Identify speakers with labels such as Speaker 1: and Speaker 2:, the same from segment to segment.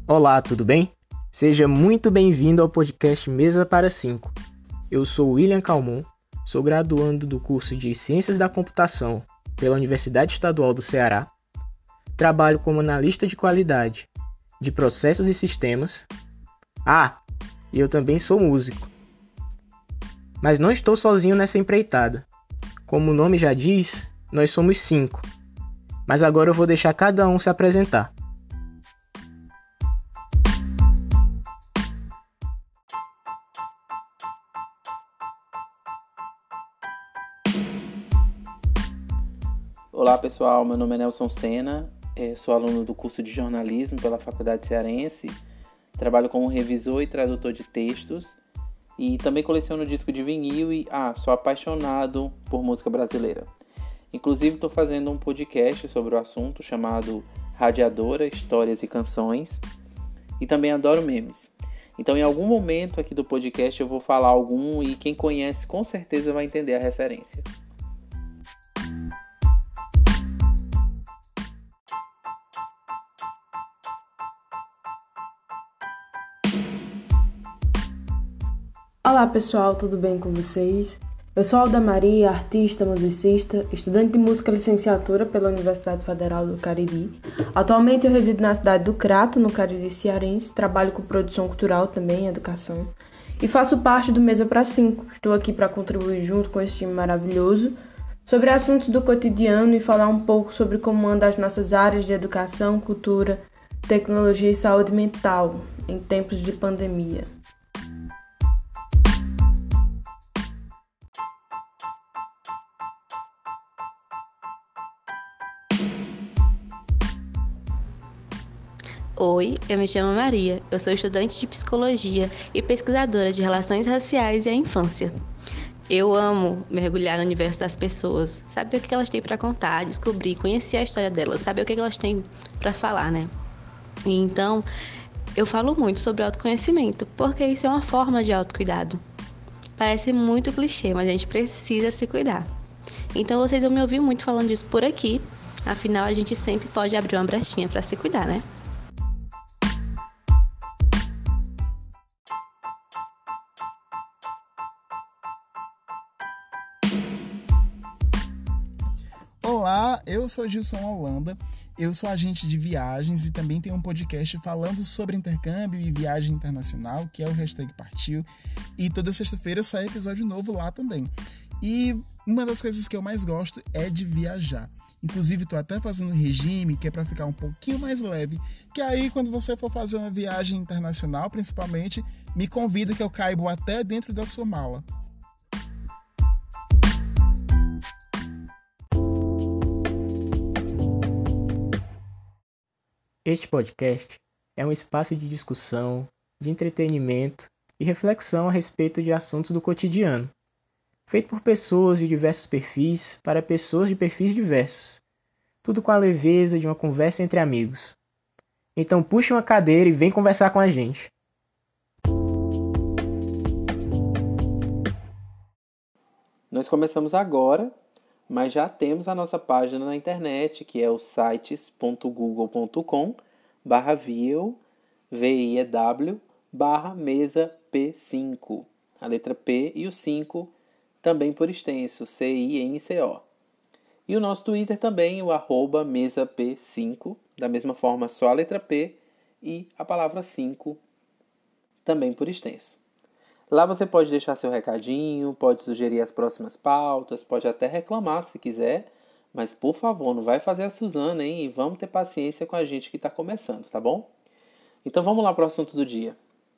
Speaker 1: Olá, tudo bem? Seja muito bem-vindo ao podcast Mesa para 5. Eu sou William Calmon, sou graduando do curso de Ciências da Computação pela Universidade Estadual do Ceará. Trabalho como analista de qualidade de processos e sistemas. E eu também sou músico. Mas não estou sozinho nessa empreitada. Como o nome já diz, nós somos 5. Mas agora eu vou deixar cada um se apresentar.
Speaker 2: Olá pessoal, meu nome é Nelson Sena, sou aluno do curso de jornalismo pela Faculdade Cearense, trabalho como revisor e tradutor de textos e também coleciono disco de vinil e sou apaixonado por música brasileira. Inclusive estou fazendo um podcast sobre o assunto chamado Radiadora, Histórias e Canções e também adoro memes. Então em algum momento aqui do podcast eu vou falar algum e quem conhece com certeza vai entender a referência.
Speaker 3: Olá pessoal, tudo bem com vocês? Eu sou Alda Maria, artista, musicista, estudante de música licenciatura pela Universidade Federal do Cariri. Atualmente eu resido na cidade do Crato, no Cariri cearense, trabalho com produção cultural também, educação, e faço parte do Mesa para 5. Estou aqui para contribuir junto com esse time maravilhoso sobre assuntos do cotidiano e falar um pouco sobre como andam as nossas áreas de educação, cultura, tecnologia e saúde mental em tempos de pandemia.
Speaker 4: Oi, eu me chamo Maria, eu sou estudante de psicologia e pesquisadora de relações raciais e a infância. Eu amo mergulhar no universo das pessoas, saber o que elas têm para contar, descobrir, conhecer a história delas, saber o que elas têm para falar, né? E então, eu falo muito sobre autoconhecimento, porque isso é uma forma de autocuidado. Parece muito clichê, mas a gente precisa se cuidar. Então vocês vão me ouvir muito falando disso por aqui, afinal a gente sempre pode abrir uma brechinha para se cuidar, né?
Speaker 5: Olá, eu sou Gilson Holanda, eu sou agente de viagens e também tenho um podcast falando sobre intercâmbio e viagem internacional, que é o #Partiu, e toda sexta-feira sai episódio novo lá também. E uma das coisas que eu mais gosto é de viajar. Inclusive, estou até fazendo um regime que é para ficar um pouquinho mais leve, que aí quando você for fazer uma viagem internacional, principalmente, me convida que eu caibo até dentro da sua mala.
Speaker 1: Este podcast é um espaço de discussão, de entretenimento e reflexão a respeito de assuntos do cotidiano, feito por pessoas de diversos perfis para pessoas de perfis diversos, tudo com a leveza de uma conversa entre amigos. Então puxe uma cadeira e vem conversar com a gente.
Speaker 2: Nós começamos agora, mas já temos a nossa página na internet, que é o sites.google.com/VIEW/mesa-P5. A letra P e o 5, também por extenso, CINCO. E o nosso Twitter também, o @mesap5, da mesma forma só a letra P e a palavra 5, também por extenso. Lá você pode deixar seu recadinho, pode sugerir as próximas pautas, pode até reclamar se quiser, mas por favor, não vai fazer a Suzana, hein? E vamos ter paciência com a gente que está começando, tá bom? Então vamos lá para o assunto do dia.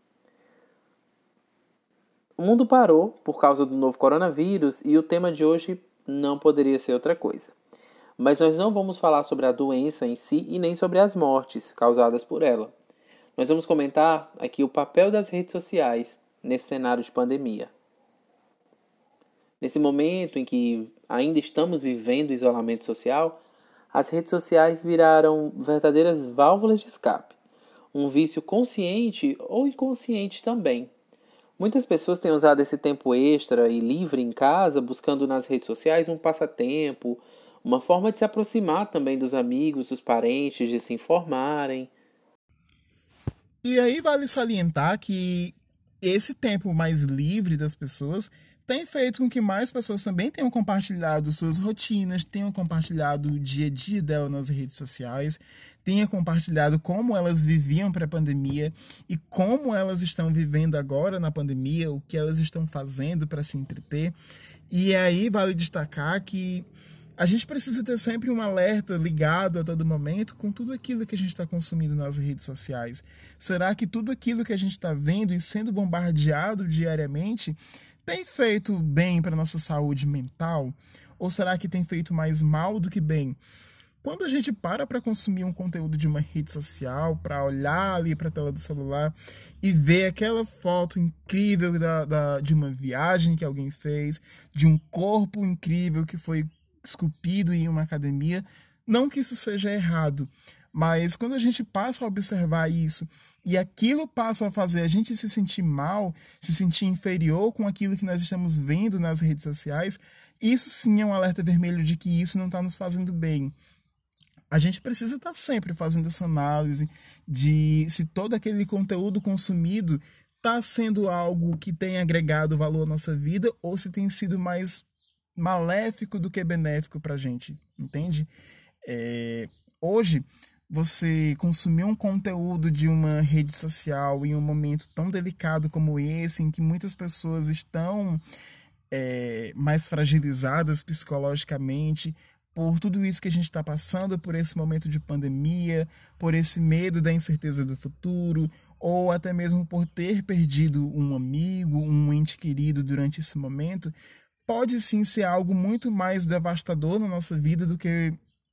Speaker 2: O mundo parou por causa do novo coronavírus e o tema de hoje não poderia ser outra coisa. Mas nós não vamos falar sobre a doença em si e nem sobre as mortes causadas por ela. Nós vamos comentar aqui o papel das redes sociais nesse cenário de pandemia. Nesse momento em que ainda estamos vivendo isolamento social, as redes sociais viraram verdadeiras válvulas de escape. Um vício consciente ou inconsciente também. Muitas pessoas têm usado esse tempo extra e livre em casa, buscando nas redes sociais um passatempo, uma forma de se aproximar também dos amigos, dos parentes, de se informarem.
Speaker 5: E aí vale salientar que esse tempo mais livre das pessoas tem feito com que mais pessoas também tenham compartilhado suas rotinas, tenham compartilhado o dia a dia dela nas redes sociais, tenham compartilhado como elas viviam pré-pandemia e como elas estão vivendo agora na pandemia, o que elas estão fazendo para se entreter. E aí vale destacar que a gente precisa ter sempre um alerta ligado a todo momento com tudo aquilo que a gente está consumindo nas redes sociais. Será que tudo aquilo que a gente está vendo e sendo bombardeado diariamente tem feito bem para a nossa saúde mental? Ou será que tem feito mais mal do que bem? Quando a gente para consumir um conteúdo de uma rede social, para olhar ali para a tela do celular e ver aquela foto incrível de uma viagem que alguém fez, de um corpo incrível que foi esculpido em uma academia, não que isso seja errado, mas quando a gente passa a observar isso e aquilo passa a fazer a gente se sentir mal, se sentir inferior com aquilo que nós estamos vendo nas redes sociais, isso sim é um alerta vermelho de que isso não está nos fazendo bem. A gente precisa estar sempre fazendo essa análise de se todo aquele conteúdo consumido está sendo algo que tem agregado valor à nossa vida ou se tem sido mais maléfico do que benéfico para a gente, entende? Hoje, você consumir um conteúdo de uma rede social em um momento tão delicado como esse, em que muitas pessoas estão mais fragilizadas psicologicamente, por tudo isso que a gente está passando, por esse momento de pandemia, por esse medo da incerteza do futuro, ou até mesmo por ter perdido um amigo, um ente querido durante esse momento, pode sim ser algo muito mais devastador na nossa vida do que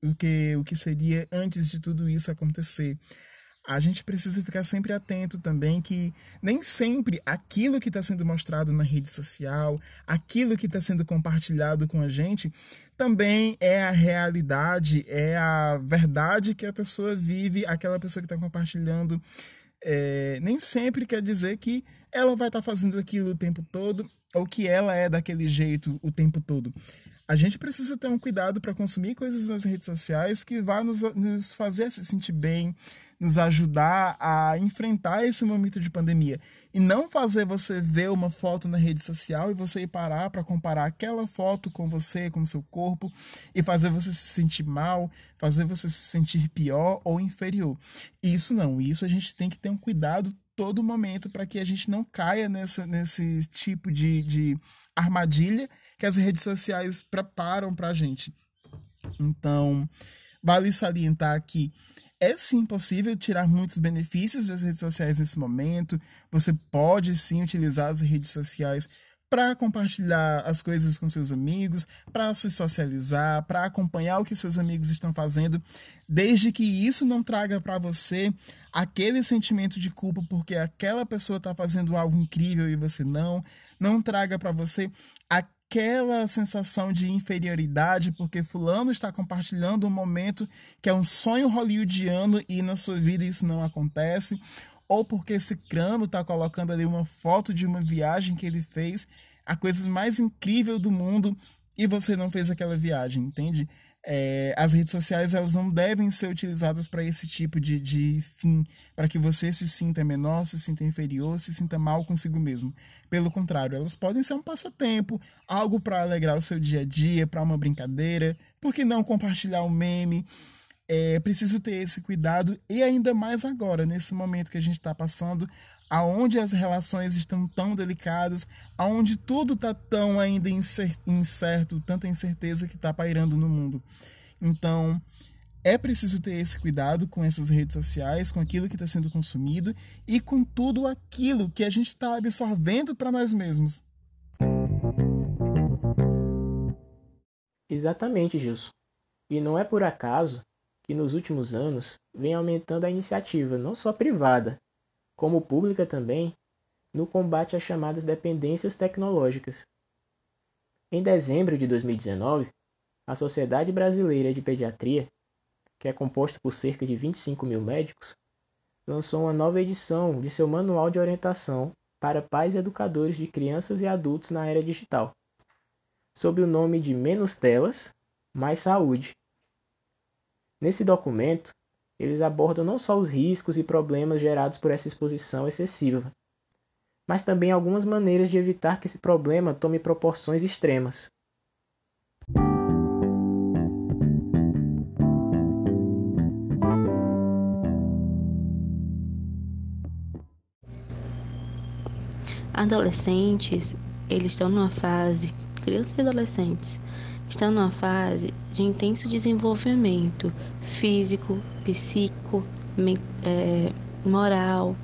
Speaker 5: o que seria antes de tudo isso acontecer. A gente precisa ficar sempre atento também que nem sempre aquilo que está sendo mostrado na rede social, aquilo que está sendo compartilhado com a gente, também é a realidade, é a verdade que a pessoa vive, aquela pessoa que está compartilhando. Nem sempre quer dizer que ela vai estar fazendo aquilo o tempo todo ou que ela é daquele jeito o tempo todo. A gente precisa ter um cuidado para consumir coisas nas redes sociais que vá nos fazer se sentir bem, nos ajudar a enfrentar esse momento de pandemia. E não fazer você ver uma foto na rede social e você ir parar para comparar aquela foto com você, com o seu corpo, e fazer você se sentir mal, fazer você se sentir pior ou inferior. Isso não, isso a gente tem que ter um cuidado todo momento para que a gente não caia nesse tipo de armadilha que as redes sociais preparam para a gente. Então, vale salientar que é sim possível tirar muitos benefícios das redes sociais nesse momento. Você pode sim utilizar as redes sociais para compartilhar as coisas com seus amigos, para se socializar, para acompanhar o que seus amigos estão fazendo, desde que isso não traga para você aquele sentimento de culpa porque aquela pessoa está fazendo algo incrível e você não traga para você aquela sensação de inferioridade porque fulano está compartilhando um momento que é um sonho hollywoodiano e na sua vida isso não acontece, ou porque esse crano está colocando ali uma foto de uma viagem que ele fez, a coisa mais incrível do mundo, e você não fez aquela viagem, entende? As redes sociais elas não devem ser utilizadas para esse tipo de fim, para que você se sinta menor, se sinta inferior, se sinta mal consigo mesmo. Pelo contrário, elas podem ser um passatempo, algo para alegrar o seu dia a dia, para uma brincadeira, por que não compartilhar um meme? É preciso ter esse cuidado e ainda mais agora, nesse momento que a gente está passando, aonde as relações estão tão delicadas, aonde tudo está tão ainda incerto, tanta incerteza que está pairando no mundo. Então, é preciso ter esse cuidado com essas redes sociais, com aquilo que está sendo consumido e com tudo aquilo que a gente está absorvendo para nós mesmos.
Speaker 1: Exatamente, Gilson. E não é por acaso que nos últimos anos vem aumentando a iniciativa, não só privada, como pública também, no combate às chamadas dependências tecnológicas. Em dezembro de 2019, a Sociedade Brasileira de Pediatria, que é composta por cerca de 25 mil médicos, lançou uma nova edição de seu Manual de Orientação para Pais e Educadores de Crianças e Adultos na Era Digital, sob o nome de Menos Telas, Mais Saúde. Nesse documento, eles abordam não só os riscos e problemas gerados por essa exposição excessiva, mas também algumas maneiras de evitar que esse problema tome proporções extremas.
Speaker 4: Adolescentes, eles estão numa fase, crianças e adolescentes, estão numa fase de intenso desenvolvimento físico, psíquico, moral.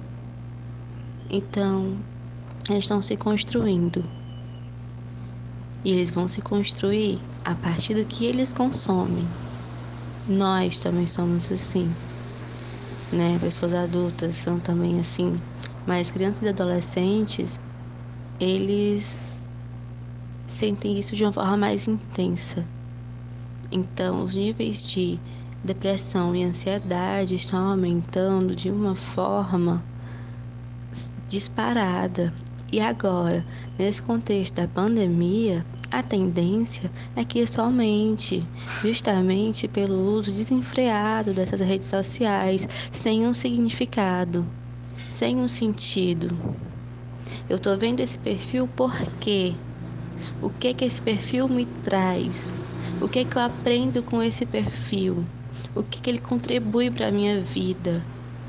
Speaker 4: Então, eles estão se construindo. E eles vão se construir a partir do que eles consomem. Nós também somos assim, né? Pessoas adultas são também assim. Mas crianças e adolescentes, eles sentem isso de uma forma mais intensa. Então, os níveis de depressão e ansiedade estão aumentando de uma forma disparada. E agora, nesse contexto da pandemia, a tendência é que isso aumente, justamente pelo uso desenfreado dessas redes sociais, sem um significado, sem um sentido. Eu tô vendo esse perfil por quê? O que esse perfil me traz? O que eu aprendo com esse perfil? O que ele contribui para a minha vida?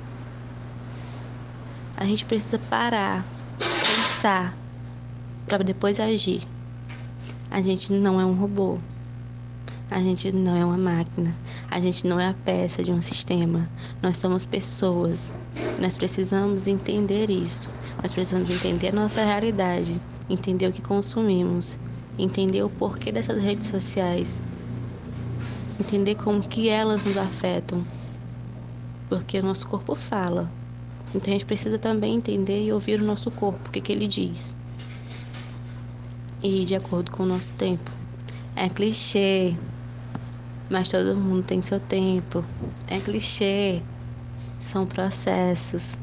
Speaker 4: A gente precisa parar, pensar, para depois agir. A gente não é um robô. A gente não é uma máquina. A gente não é a peça de um sistema. Nós somos pessoas. Nós precisamos entender isso. Nós precisamos entender a nossa realidade, entender o que consumimos, entender o porquê dessas redes sociais, entender como que elas nos afetam, porque o nosso corpo fala. Então a gente precisa também entender e ouvir o nosso corpo, o que ele diz. E de acordo com o nosso tempo. É clichê, mas todo mundo tem seu tempo. É clichê, são processos.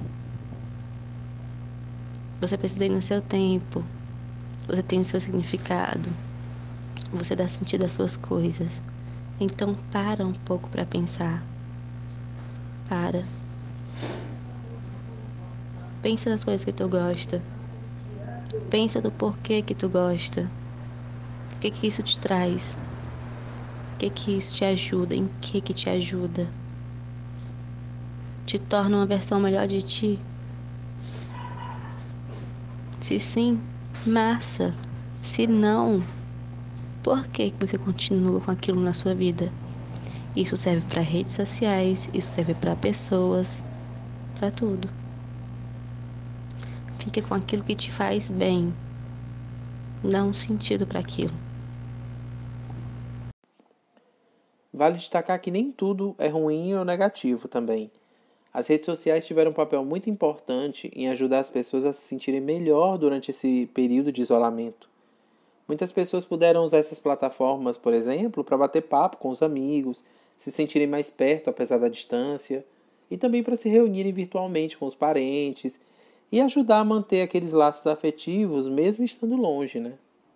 Speaker 4: Você precisa ir no seu tempo. Você tem o seu significado. Você dá sentido às suas coisas. Então para um pouco para pensar. Para. Pensa nas coisas que tu gosta. Pensa do porquê que tu gosta. O que isso te traz? O que isso te ajuda? Em que te ajuda? Te torna uma versão melhor de ti? Se sim, massa. Se não, por que você continua com aquilo na sua vida? Isso serve para redes sociais, isso serve para pessoas, para tudo. Fica com aquilo que te faz bem. Dá um sentido para aquilo.
Speaker 2: Vale destacar que nem tudo é ruim ou negativo também. As redes sociais tiveram um papel muito importante em ajudar as pessoas a se sentirem melhor durante esse período de isolamento. Muitas pessoas puderam usar essas plataformas, por exemplo, para bater papo com os amigos, se sentirem mais perto apesar da distância, e também para se reunirem virtualmente com os parentes e ajudar a manter aqueles laços afetivos mesmo estando longe, né?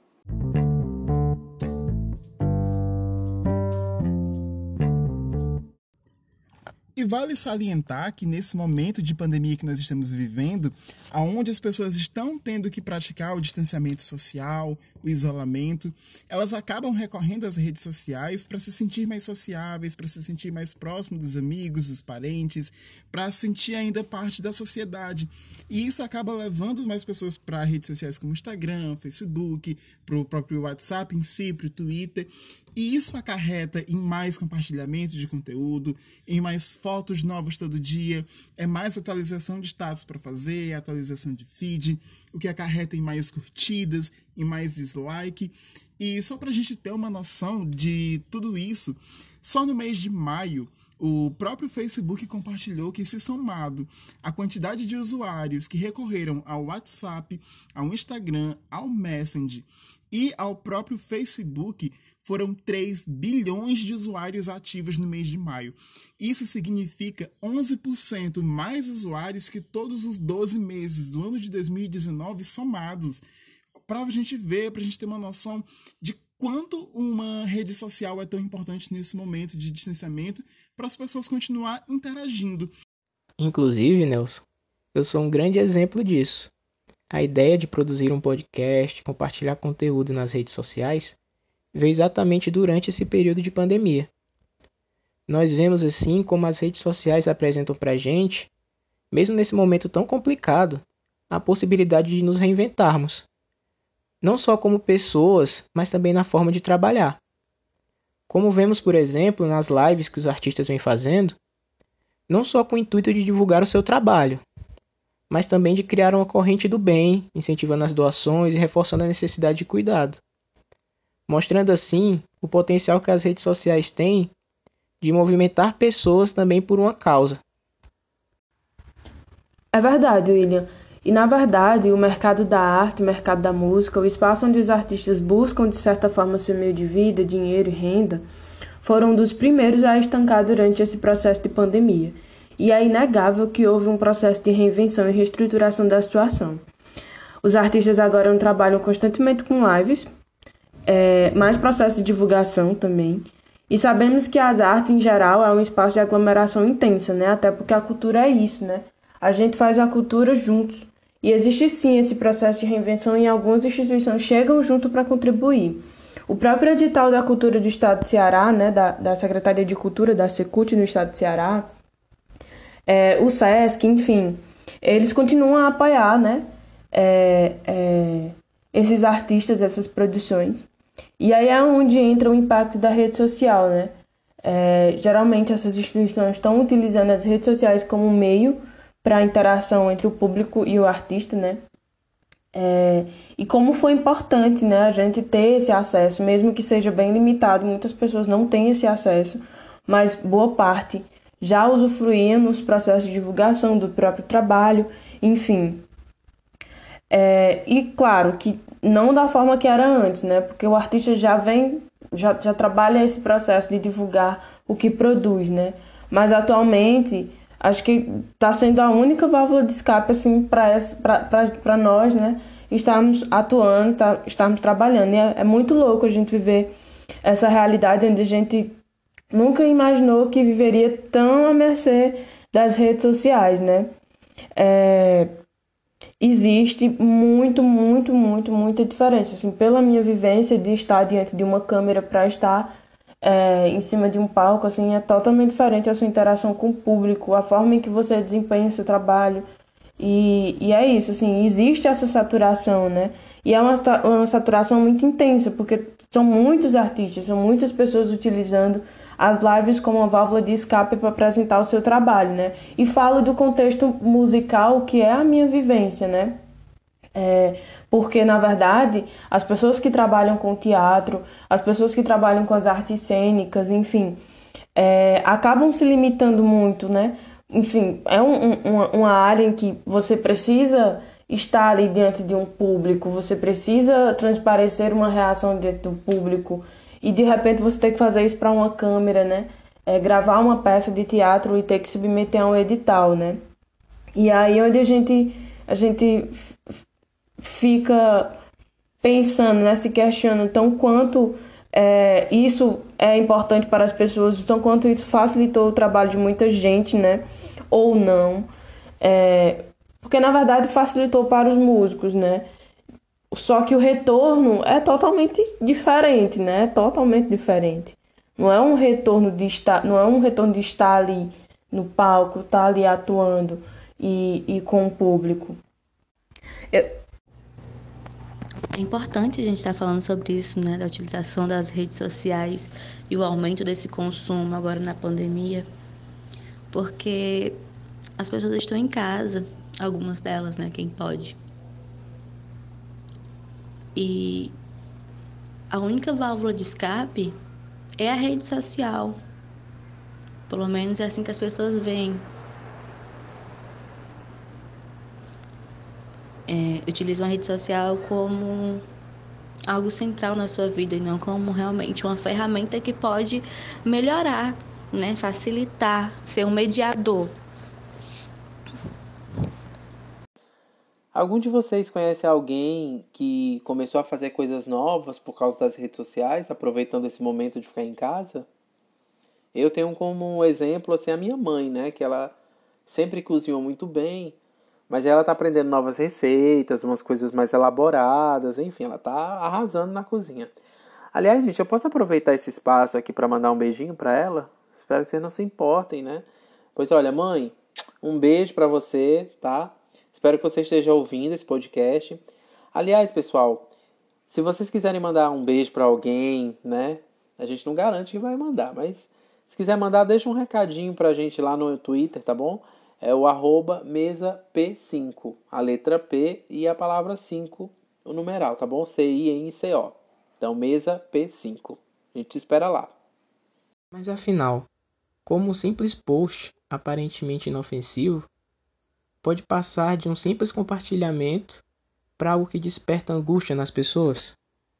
Speaker 5: E vale salientar que nesse momento de pandemia que nós estamos vivendo, onde as pessoas estão tendo que praticar o distanciamento social, o isolamento, elas acabam recorrendo às redes sociais para se sentir mais sociáveis, para se sentir mais próximo dos amigos, dos parentes, para se sentir ainda parte da sociedade. E isso acaba levando mais pessoas para redes sociais como Instagram, Facebook, para o próprio WhatsApp em si, para o Twitter. E isso acarreta em mais compartilhamento de conteúdo, em mais fotos novas todo dia, é mais atualização de status para fazer, atualização de feed, o que acarreta em mais curtidas, em mais dislike. E só para a gente ter uma noção de tudo isso, só no mês de maio, o próprio Facebook compartilhou que, se somado a quantidade de usuários que recorreram ao WhatsApp, ao Instagram, ao Messenger e ao próprio Facebook, foram 3 bilhões de usuários ativos no mês de maio. Isso significa 11% mais usuários que todos os 12 meses do ano de 2019 somados. Para a gente ver, para a gente ter uma noção de quanto uma rede social é tão importante nesse momento de distanciamento para as pessoas continuar interagindo.
Speaker 1: Inclusive, Nelson, eu sou um grande exemplo disso. A ideia de produzir um podcast, compartilhar conteúdo nas redes sociais, veio exatamente durante esse período de pandemia. Nós vemos assim como as redes sociais apresentam para a gente, mesmo nesse momento tão complicado, a possibilidade de nos reinventarmos. Não só como pessoas, mas também na forma de trabalhar. Como vemos, por exemplo, nas lives que os artistas vêm fazendo, não só com o intuito de divulgar o seu trabalho, mas também de criar uma corrente do bem, incentivando as doações e reforçando a necessidade de cuidado. Mostrando assim o potencial que as redes sociais têm de movimentar pessoas também por uma causa.
Speaker 3: É verdade, William. E, na verdade, o mercado da arte, o mercado da música, o espaço onde os artistas buscam, de certa forma, seu meio de vida, dinheiro e renda, foram um dos primeiros a estancar durante esse processo de pandemia. E é inegável que houve um processo de reinvenção e reestruturação da situação. Os artistas agora trabalham constantemente com lives, mais processo de divulgação também. E sabemos que as artes, em geral, é um espaço de aglomeração intensa, né? Até porque a cultura é isso, né? A gente faz a cultura juntos. E existe sim esse processo de reinvenção e algumas instituições chegam junto para contribuir. O próprio edital da cultura do estado do Ceará, né, da Secretaria de Cultura, da Secult no estado do Ceará, o SESC, enfim, eles continuam a apoiar, né, esses artistas, essas produções. E aí é onde entra o impacto da rede social, né? Geralmente essas instituições estão utilizando as redes sociais como meio para a interação entre o público e o artista, né? E como foi importante, né, a gente ter esse acesso, mesmo que seja bem limitado, muitas pessoas não têm esse acesso, mas boa parte já usufruíam nos processos de divulgação do próprio trabalho, enfim. E claro que não da forma que era antes, né, porque o artista já trabalha esse processo de divulgar o que produz, né, mas atualmente acho que está sendo a única válvula de escape assim, para nós, né? Estarmos atuando, estarmos trabalhando. E é muito louco a gente viver essa realidade onde a gente nunca imaginou que viveria tão à mercê das redes sociais, né? Existe muita diferença. Assim, pela minha vivência de estar diante de uma câmera para estar em cima de um palco, assim, é totalmente diferente a sua interação com o público, a forma em que você desempenha o seu trabalho. E é isso, assim, existe essa saturação, né? E é uma saturação muito intensa, porque são muitos artistas, são muitas pessoas utilizando as lives como uma válvula de escape para apresentar o seu trabalho, né? E falo do contexto musical, que é a minha vivência, né? Porque, na verdade, as pessoas que trabalham com teatro, as pessoas que trabalham com as artes cênicas, enfim, acabam se limitando muito, né? Enfim, é uma área em que você precisa estar ali diante de um público, você precisa transparecer uma reação diante do público e, de repente, você tem que fazer isso para uma câmera, né? Gravar uma peça de teatro e ter que submeter a um edital, né? E aí onde a gente fica pensando, né, se questionando tão quanto isso é importante para as pessoas, tão quanto isso facilitou o trabalho de muita gente, né, ou não, porque na verdade facilitou para os músicos, né, só que o retorno é totalmente diferente, né, totalmente diferente. Não é um retorno de estar ali no palco, estar ali atuando e com o público.
Speaker 4: É importante a gente estar falando sobre isso, né, da utilização das redes sociais e o aumento desse consumo agora na pandemia, porque as pessoas estão em casa, algumas delas, né, quem pode. E a única válvula de escape é a rede social. Pelo menos é assim que as pessoas veem. Utilizam a rede social como algo central na sua vida e não como realmente uma ferramenta que pode melhorar, né? Facilitar, ser um mediador.
Speaker 2: Algum de vocês conhece alguém que começou a fazer coisas novas por causa das redes sociais, aproveitando esse momento de ficar em casa? Eu tenho como exemplo assim, a minha mãe, né? Que ela sempre cozinhou muito bem, mas ela está aprendendo novas receitas, umas coisas mais elaboradas, enfim, ela está arrasando na cozinha. Aliás, gente, eu posso aproveitar esse espaço aqui para mandar um beijinho para ela? Espero que vocês não se importem, né? Pois olha, mãe, um beijo para você, tá? Espero que você esteja ouvindo esse podcast. Aliás, pessoal, se vocês quiserem mandar um beijo para alguém, né? A gente não garante que vai mandar, mas se quiser mandar, deixa um recadinho pra gente lá no Twitter, tá bom? É o @mesap5, a letra P e a palavra 5, o numeral, tá bom? CINCO. Então, mesap5. A gente te espera lá.
Speaker 1: Mas afinal, como um simples post aparentemente inofensivo pode passar de um simples compartilhamento para algo que desperta angústia nas pessoas?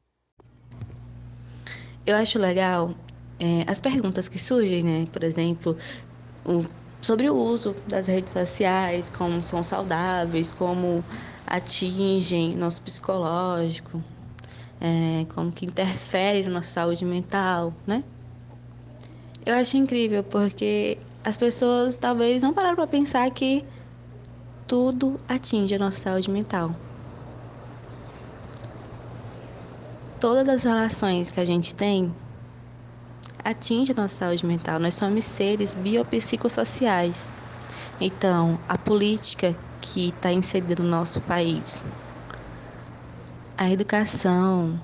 Speaker 4: Eu acho legal as perguntas que surgem, né? Por exemplo, sobre o uso das redes sociais, como são saudáveis, como atingem nosso psicológico, como que interfere na nossa saúde mental, né? Eu acho incrível porque as pessoas talvez não pararam para pensar que tudo atinge a nossa saúde mental. Todas as relações que a gente tem atingem a nossa saúde mental. Nós somos seres biopsicossociais. Então, a política que está inserida no nosso país, a educação,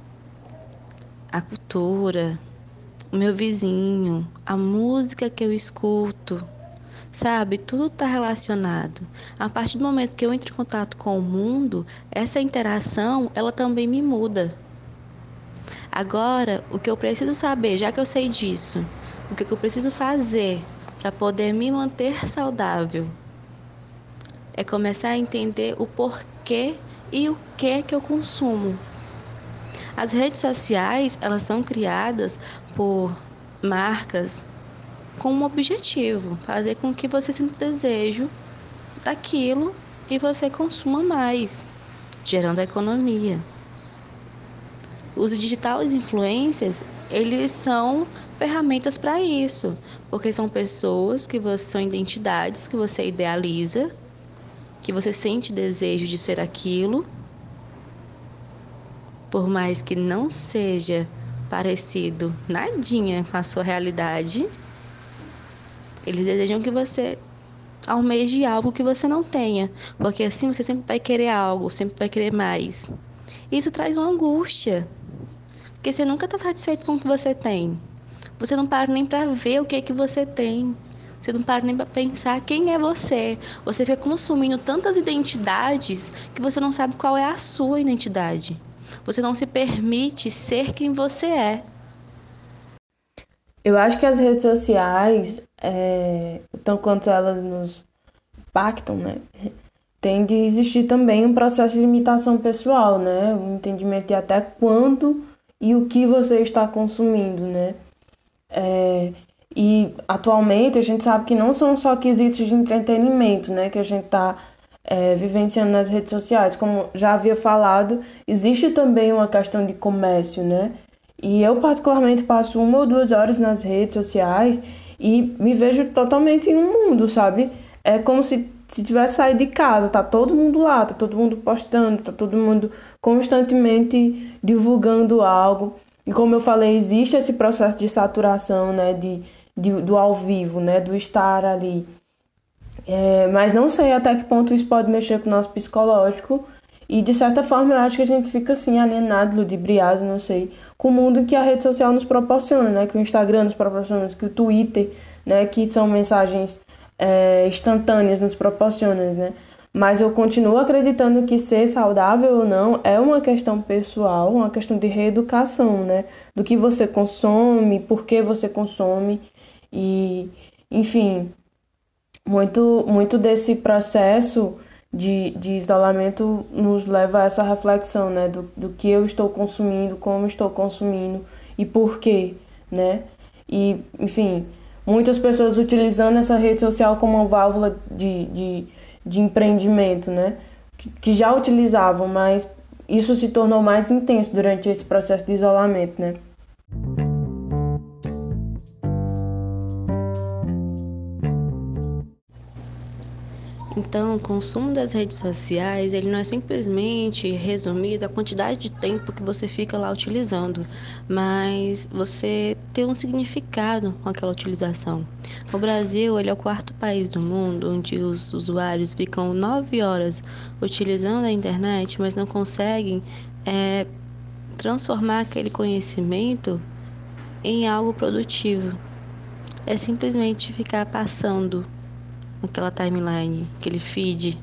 Speaker 4: a cultura, o meu vizinho, a música que eu escuto, sabe? Tudo está relacionado. A partir do momento que eu entro em contato com o mundo, essa interação, ela também me muda. Agora, o que eu preciso saber, já que eu sei disso, o que eu preciso fazer para poder me manter saudável é começar a entender o porquê e o que eu consumo. As redes sociais, elas são criadas por marcas com um objetivo, fazer com que você sinta desejo daquilo e você consuma mais, gerando a economia. Os digitais influencers, eles são ferramentas para isso, porque são pessoas são identidades que você idealiza, que você sente desejo de ser aquilo, por mais que não seja parecido nadinha com a sua realidade, eles desejam que você almeje algo que você não tenha, porque assim você sempre vai querer algo, sempre vai querer mais. Isso traz uma angústia, porque você nunca está satisfeito com o que você tem. Você não para nem para ver o que é que você tem. Você não para nem para pensar quem é você. Você fica consumindo tantas identidades que você não sabe qual é a sua identidade. Você não se permite ser quem você é.
Speaker 3: Eu acho que as redes sociais, tanto quanto elas nos impactam, né? Tem de existir também um processo de limitação pessoal, né? Um entendimento de até quando e o que você está consumindo, né? E atualmente a gente sabe que não são só quesitos de entretenimento, né? Que a gente está vivenciando nas redes sociais. Como já havia falado, existe também uma questão de comércio, né? E eu particularmente passo 1 ou 2 horas nas redes sociais e me vejo totalmente em um mundo, sabe? É como se tivesse saído de casa, tá todo mundo lá, tá todo mundo postando, tá todo mundo constantemente divulgando algo. E como eu falei, existe esse processo de saturação, né, do ao vivo, né, do estar ali. Mas não sei até que ponto isso pode mexer com o nosso psicológico. E de certa forma eu acho que a gente fica assim alienado, ludibriado, não sei, com o mundo que a rede social nos proporciona, né, que o Instagram nos proporciona, que o Twitter, né, que são mensagens instantâneas nos proporciona, né? Mas eu continuo acreditando que ser saudável ou não é uma questão pessoal, uma questão de reeducação, né? Do que você consome, por que você consome e, enfim, muito desse processo de isolamento nos leva a essa reflexão, né? Do que eu estou consumindo, como estou consumindo e por quê, né? E, enfim, muitas pessoas utilizando essa rede social como uma válvula de empreendimento, né? que já utilizavam, mas isso se tornou mais intenso durante esse processo de isolamento, né?
Speaker 4: Então, o consumo das redes sociais, ele não é simplesmente resumido à quantidade de tempo que você fica lá utilizando, mas você tem um significado com aquela utilização. O Brasil, ele é o quarto país do mundo onde os usuários ficam 9 horas utilizando a internet, mas não conseguem transformar aquele conhecimento em algo produtivo. É simplesmente ficar passando aquela timeline, aquele feed.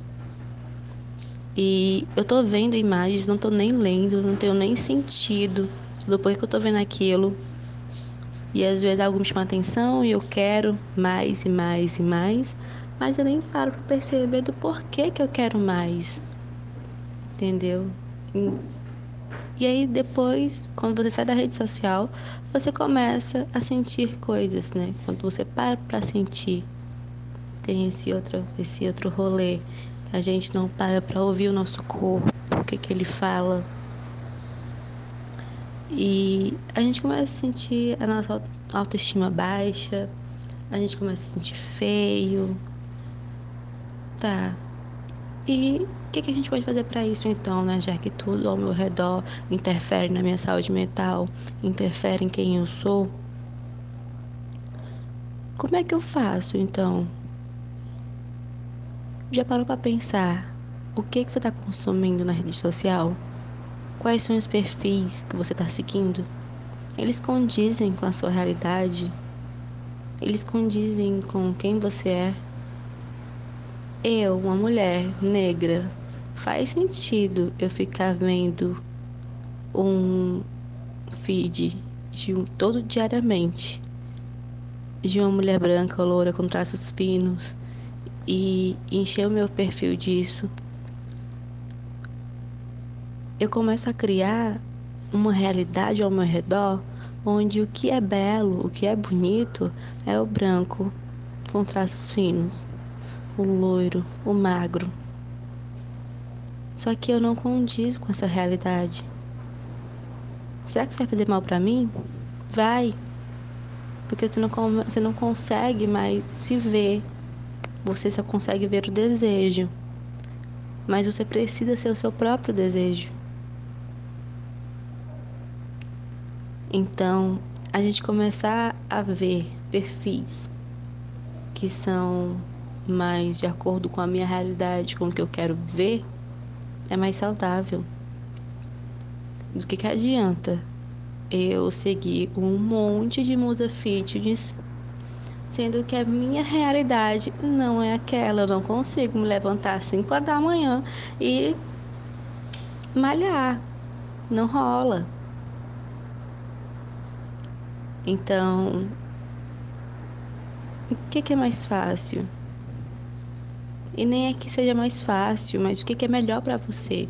Speaker 4: E eu tô vendo imagens, não tô nem lendo, não tenho nem sentido do porquê que eu tô vendo aquilo. E às vezes algo me chama atenção e eu quero mais e mais e mais, mas eu nem paro pra perceber do porquê que eu quero mais. Entendeu? E aí depois, quando você sai da rede social, você começa a sentir coisas, né? Quando você para pra sentir, tem esse outro rolê. A gente não para para ouvir o nosso corpo, o que que ele fala. E a gente começa a sentir a nossa autoestima baixa, a gente começa a se sentir feio. Tá. E o que que a gente pode fazer para isso então, né? Já que tudo ao meu redor interfere na minha saúde mental, interfere em quem eu sou. Como é que eu faço então? Já parou para pensar o que você está consumindo na rede social? Quais são os perfis que você está seguindo? Eles condizem com a sua realidade? Eles condizem com quem você é? Eu, uma mulher negra, faz sentido eu ficar vendo um feed todo diariamente de uma mulher branca, loura, com traços finos e encher o meu perfil disso? Eu começo a criar uma realidade ao meu redor onde o que é belo, o que é bonito é o branco com traços finos, o loiro, o magro. Só que eu não condizo com essa realidade. Será que isso vai fazer mal pra mim? Vai, porque você não consegue mais se ver, você só consegue ver o desejo, mas você precisa ser o seu próprio desejo. Então, a gente começar a ver perfis que são mais de acordo com a minha realidade, com o que eu quero ver, é mais saudável. Do que adianta eu seguir um monte de musa fitness, sendo que a minha realidade não é aquela? Eu não consigo me levantar às 5 horas da manhã e malhar. Não rola. Então, o que é mais fácil? E nem é que seja mais fácil, mas o que é melhor para você?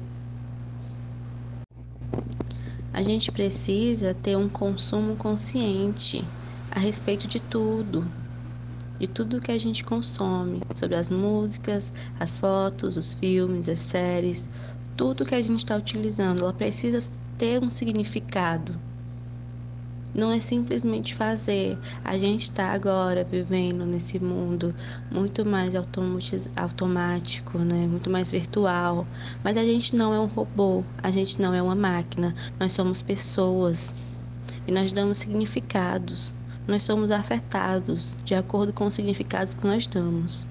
Speaker 4: A gente precisa ter um consumo consciente a respeito de tudo que a gente consome, sobre as músicas, as fotos, os filmes, as séries, tudo que a gente está utilizando, ela precisa ter um significado. Não é simplesmente fazer. A gente está agora vivendo nesse mundo muito mais automático, né? Muito mais virtual. Mas a gente não é um robô, a gente não é uma máquina. Nós somos pessoas e nós damos significados. Nós somos afetados de acordo com os significados que nós damos.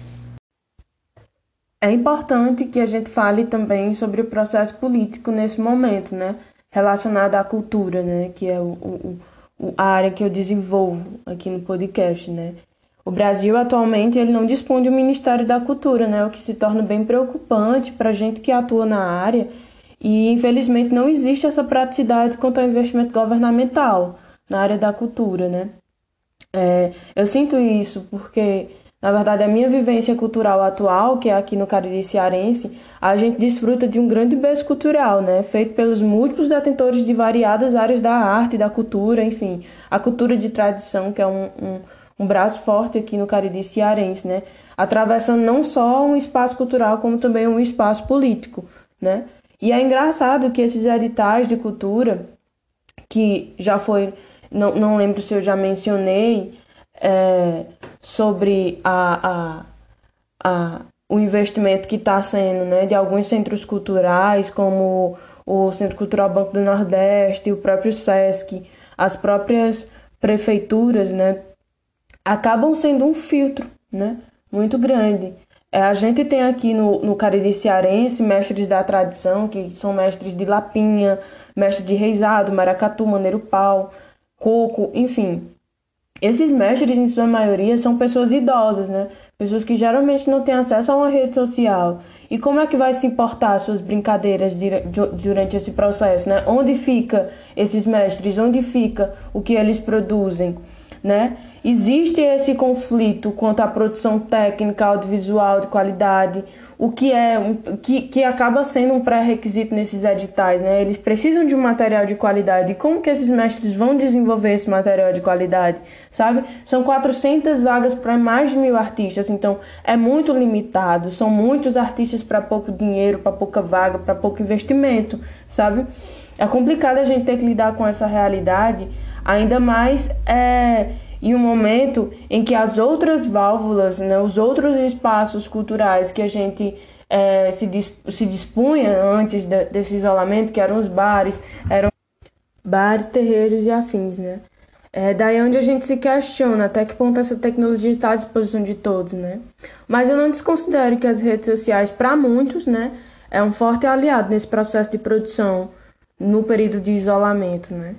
Speaker 3: É importante que a gente fale também sobre o processo político nesse momento, né? Relacionado à cultura, né? Que é a área que eu desenvolvo aqui no podcast, né? O Brasil, atualmente, ele não dispõe de um Ministério da Cultura, né? O que se torna bem preocupante para a gente que atua na área. E, infelizmente, não existe essa praticidade quanto ao investimento governamental na área da cultura, né? Eu sinto isso porque, na verdade, a minha vivência cultural atual, que é aqui no Cariri Cearense, a gente desfruta de um grande berço cultural, né? Feito pelos múltiplos detentores de variadas áreas da arte, da cultura, enfim, a cultura de tradição, que é um braço forte aqui no Cariri cearense, né? Atravessando não só um espaço cultural, como também um espaço político, né? E é engraçado que esses editais de cultura, que já foi, não lembro se eu já mencionei, sobre o investimento que está sendo, né, de alguns centros culturais, como o Centro Cultural Banco do Nordeste, o próprio SESC, as próprias prefeituras, né, acabam sendo um filtro, né, muito grande. A gente tem aqui no Cariri cearense mestres da tradição, que são mestres de lapinha, mestre de reisado, maracatu, maneiro-pau, coco, enfim. Esses mestres, em sua maioria, são pessoas idosas, né? Pessoas que geralmente não têm acesso a uma rede social. E como é que vai se importar suas brincadeiras durante esse processo, né? Onde fica esses mestres? Onde fica o que eles produzem, né? Existe esse conflito quanto à produção técnica, audiovisual de qualidade, o que acaba sendo um pré-requisito nesses editais, né? Eles precisam de um material de qualidade. E como que esses mestres vão desenvolver esse material de qualidade, sabe? São 400 vagas para mais de 1.000 artistas, então é muito limitado. São muitos artistas para pouco dinheiro, para pouca vaga, para pouco investimento, sabe? É complicado a gente ter que lidar com essa realidade, ainda mais em um momento em que as outras válvulas, né, os outros espaços culturais que a gente se dispunha antes desse isolamento, que eram os bares, terreiros e afins, né? É daí onde a gente se questiona até que ponto essa tecnologia está à disposição de todos, né? Mas eu não desconsidero que as redes sociais, para muitos, né, é um forte aliado nesse processo de produção no período de isolamento, né?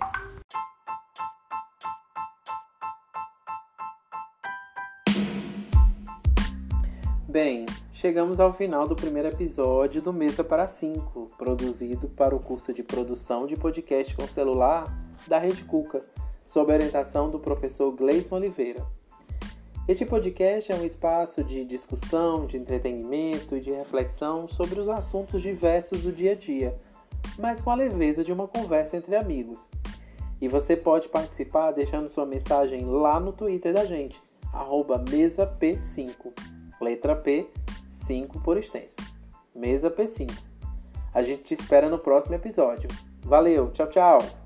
Speaker 2: Bem, chegamos ao final do primeiro episódio do Mesa para 5, produzido para o curso de produção de podcast com celular da Rede Cuca, sob a orientação do professor Gleison Oliveira. Este podcast é um espaço de discussão, de entretenimento e de reflexão sobre os assuntos diversos do dia a dia, mas com a leveza de uma conversa entre amigos. E você pode participar deixando sua mensagem lá no Twitter da gente, @mesap5. Letra P, 5 por extenso. Mesa P5. A gente te espera no próximo episódio. Valeu, tchau, tchau!